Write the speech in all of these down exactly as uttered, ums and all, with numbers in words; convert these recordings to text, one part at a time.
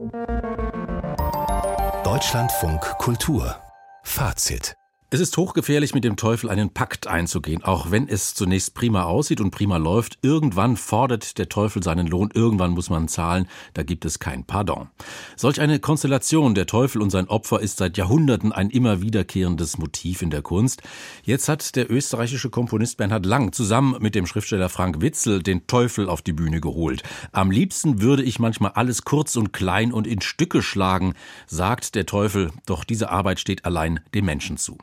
Deutschlandfunk Kultur Fazit. Es ist hochgefährlich, mit dem Teufel einen Pakt einzugehen, auch wenn es zunächst prima aussieht und prima läuft. Irgendwann fordert der Teufel seinen Lohn, irgendwann muss man zahlen, da gibt es kein Pardon. Solch eine Konstellation, der Teufel und sein Opfer, ist seit Jahrhunderten ein immer wiederkehrendes Motiv in der Kunst. Jetzt hat der österreichische Komponist Bernhard Lang zusammen mit dem Schriftsteller Frank Witzel den Teufel auf die Bühne geholt. Am liebsten würde ich manchmal alles kurz und klein und in Stücke schlagen, sagt der Teufel, doch diese Arbeit steht allein dem Menschen zu.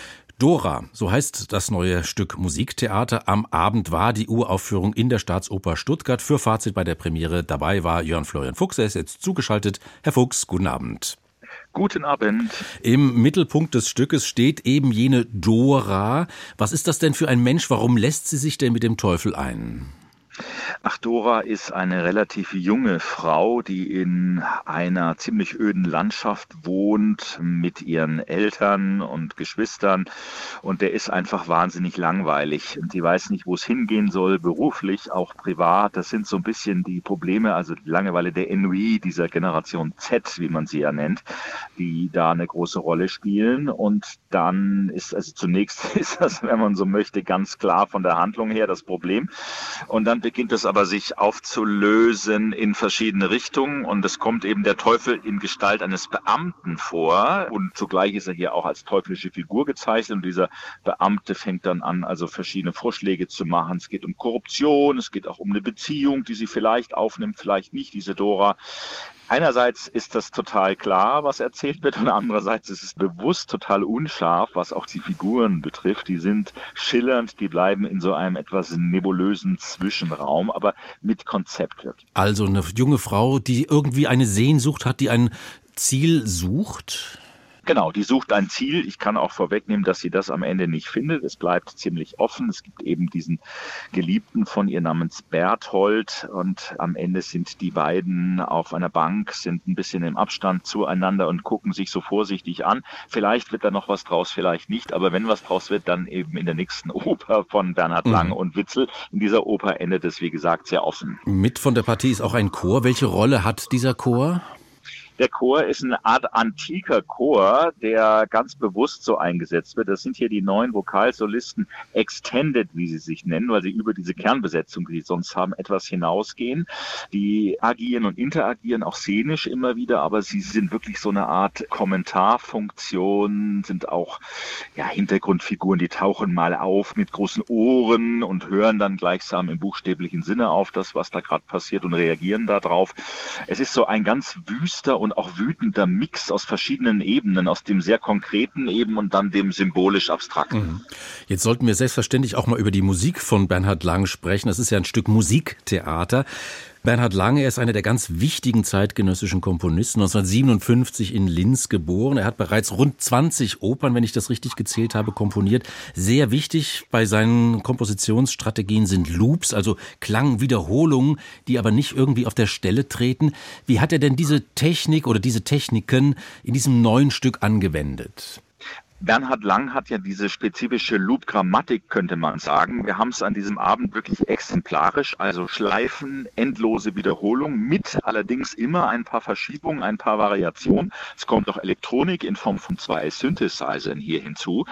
Dora, so heißt das neue Stück Musiktheater. Am Abend war die Uraufführung in der Staatsoper Stuttgart. Für Fazit bei der Premiere dabei war Jörn Florian Fuchs. Er ist jetzt zugeschaltet. Herr Fuchs, guten Abend. Guten Abend. Im Mittelpunkt des Stückes steht eben jene Dora. Was ist das denn für ein Mensch? Warum lässt sie sich denn mit dem Teufel ein? Ach, Dora ist eine relativ junge Frau, die in einer ziemlich öden Landschaft wohnt mit ihren Eltern und Geschwistern, und der ist einfach wahnsinnig langweilig und die weiß nicht, wo es hingehen soll, beruflich, auch privat. Das sind so ein bisschen die Probleme, also die Langeweile der Ennui dieser Generation Z, wie man sie ja nennt, die da eine große Rolle spielen. Und dann ist, also zunächst ist das, wenn man so möchte, ganz klar von der Handlung her das Problem, und dann beginnt es aber sich aufzulösen in verschiedene Richtungen, und es kommt eben der Teufel in Gestalt eines Beamten vor, und zugleich ist er hier auch als teuflische Figur gezeichnet, und dieser Beamte fängt dann an, also verschiedene Vorschläge zu machen. Es geht um Korruption, es geht auch um eine Beziehung, die sie vielleicht aufnimmt, vielleicht nicht, diese Dora. Einerseits ist das total klar, was erzählt wird, und andererseits ist es bewusst total unscharf, was auch die Figuren betrifft. Die sind schillernd, die bleiben in so einem etwas nebulösen Zwischenraum, aber mit Konzept wirklich. Also eine junge Frau, die irgendwie eine Sehnsucht hat, die ein Ziel sucht? Genau, die sucht ein Ziel. Ich kann auch vorwegnehmen, dass sie das am Ende nicht findet. Es bleibt ziemlich offen. Es gibt eben diesen Geliebten von ihr namens Berthold, und am Ende sind die beiden auf einer Bank, sind ein bisschen im Abstand zueinander und gucken sich so vorsichtig an. Vielleicht wird da noch was draus, vielleicht nicht, aber wenn was draus wird, dann eben in der nächsten Oper von Bernhard Lang mhm. und Witzel. In dieser Oper endet es, wie gesagt, sehr offen. Mit von der Partie ist auch ein Chor. Welche Rolle hat dieser Chor? Der Chor ist eine Art antiker Chor, der ganz bewusst so eingesetzt wird. Das sind hier die neuen Vokalsolisten extended, wie sie sich nennen, weil sie über diese Kernbesetzung, die sie sonst haben, etwas hinausgehen. Die agieren und interagieren auch szenisch immer wieder, aber sie sind wirklich so eine Art Kommentarfunktion, sind auch ja, Hintergrundfiguren, die tauchen mal auf mit großen Ohren und hören dann gleichsam im buchstäblichen Sinne auf das, was da gerade passiert, und reagieren darauf. Es ist so ein ganz wüster und auch wütender Mix aus verschiedenen Ebenen, aus dem sehr konkreten eben und dann dem symbolisch abstrakten. Jetzt sollten wir selbstverständlich auch mal über die Musik von Bernhard Lang sprechen. Das ist ja ein Stück Musiktheater. Bernhard Lang, er ist einer der ganz wichtigen zeitgenössischen Komponisten, neunzehnhundertsiebenundfünfzig in Linz geboren. Er hat bereits rund zwanzig Opern, wenn ich das richtig gezählt habe, komponiert. Sehr wichtig bei seinen Kompositionsstrategien sind Loops, also Klangwiederholungen, die aber nicht irgendwie auf der Stelle treten. Wie hat er denn diese Technik oder diese Techniken in diesem neuen Stück angewendet? Bernhard Lang hat ja diese spezifische Loop-Grammatik, könnte man sagen. Wir haben es an diesem Abend wirklich exemplarisch, also Schleifen, endlose Wiederholung, mit allerdings immer ein paar Verschiebungen, ein paar Variationen. Es kommt auch Elektronik in Form von zwei Synthesizern hier hinzu,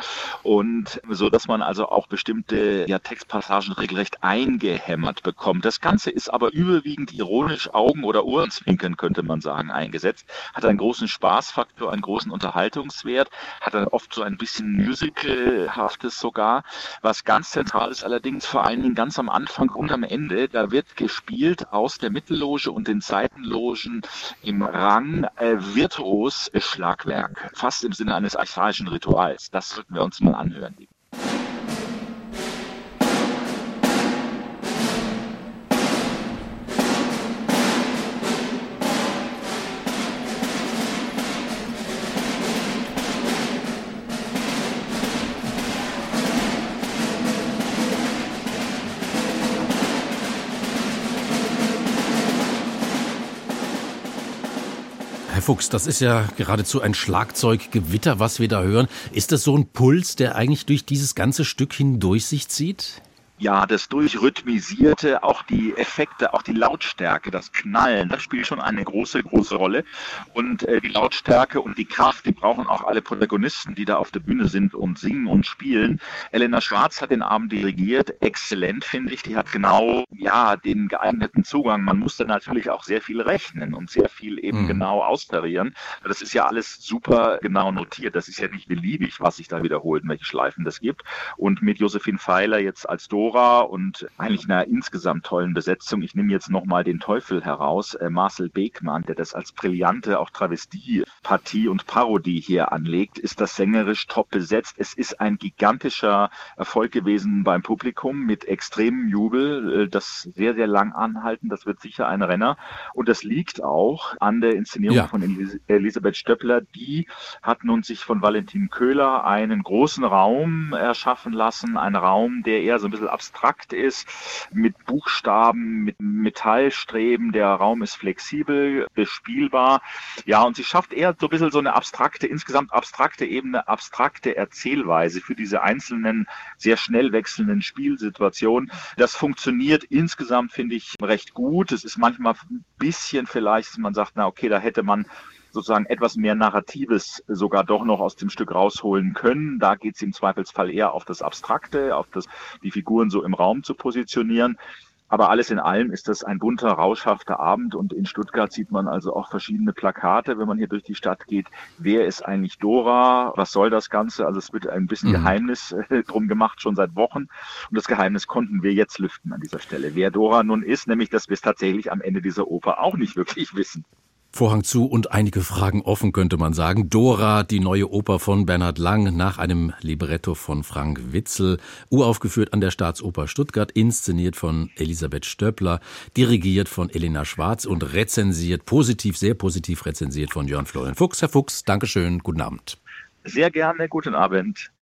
und so, dass man also auch bestimmte ja, Textpassagen regelrecht eingehämmert bekommt. Das Ganze ist aber überwiegend ironisch, Augen- oder Ohrenzwinkern, könnte man sagen, eingesetzt. Hat einen großen Spaßfaktor, einen großen Unterhaltungswert, hat dann oft so ein bisschen Musicalhaftes sogar. Was ganz zentral ist allerdings vor allen Dingen ganz am Anfang und am Ende, da wird gespielt aus der Mittelloge und den Seitenlogen im Rang äh, virtuos Schlagwerk, fast im Sinne eines archaischen Rituals. Das sollten wir uns mal anhören. Herr Fuchs, das ist ja geradezu ein Schlagzeuggewitter, was wir da hören. Ist das so ein Puls, der eigentlich durch dieses ganze Stück hindurch sich zieht? Ja, das Durchrhythmisierte, auch die Effekte, auch die Lautstärke, das Knallen, das spielt schon eine große, große Rolle. Und äh, die Lautstärke und die Kraft, die brauchen auch alle Protagonisten, die da auf der Bühne sind und singen und spielen. Elena Schwarz hat den Abend dirigiert, exzellent, finde ich. Die hat genau, ja, den geeigneten Zugang. Man musste natürlich auch sehr viel rechnen und sehr viel eben mhm. genau austarieren. Das ist ja alles super genau notiert. Das ist ja nicht beliebig, was sich da wiederholt, welche Schleifen das gibt. Und mit Josephine Feiler jetzt als Dora und eigentlich einer insgesamt tollen Besetzung. Ich nehme jetzt nochmal den Teufel heraus. Äh, Marcel Beckmann, der das als brillante auch Travestie-Partie und Parodie hier anlegt, ist das sängerisch top besetzt. Es ist ein gigantischer Erfolg gewesen beim Publikum mit extremem Jubel. Äh, das sehr, sehr lang anhalten. Das wird sicher ein Renner. Und das liegt auch an der Inszenierung ja. von Elis- Elisabeth Stöppler. Die hat nun sich von Valentin Köhler einen großen Raum erschaffen lassen. Ein Raum, der eher so ein bisschen abstrakt ist, mit Buchstaben, mit Metallstreben. Der Raum ist flexibel, bespielbar. Ja, und sie schafft eher so ein bisschen so eine abstrakte, insgesamt abstrakte Ebene, abstrakte Erzählweise für diese einzelnen, sehr schnell wechselnden Spielsituationen. Das funktioniert insgesamt, finde ich, recht gut. Es ist manchmal ein bisschen vielleicht, dass man sagt, na okay, da hätte man sozusagen etwas mehr Narratives sogar doch noch aus dem Stück rausholen können. Da geht es im Zweifelsfall eher auf das Abstrakte, auf das, die Figuren so im Raum zu positionieren. Aber alles in allem ist das ein bunter, rauschhafter Abend und in Stuttgart sieht man also auch verschiedene Plakate, wenn man hier durch die Stadt geht. Wer ist eigentlich Dora? Was soll das Ganze? Also es wird ein bisschen mhm. Geheimnis äh, drum gemacht, schon seit Wochen. Und das Geheimnis konnten wir jetzt lüften an dieser Stelle. Wer Dora nun ist, nämlich, dass wir es tatsächlich am Ende dieser Oper auch nicht wirklich wissen. Vorhang zu und einige Fragen offen, könnte man sagen. Dora, die neue Oper von Bernhard Lang nach einem Libretto von Frank Witzel, uraufgeführt an der Staatsoper Stuttgart, inszeniert von Elisabeth Stöppler, dirigiert von Elena Schwarz und rezensiert, positiv, sehr positiv rezensiert von Jörn Florian Fuchs. Herr Fuchs, Dankeschön, guten Abend. Sehr gerne, guten Abend.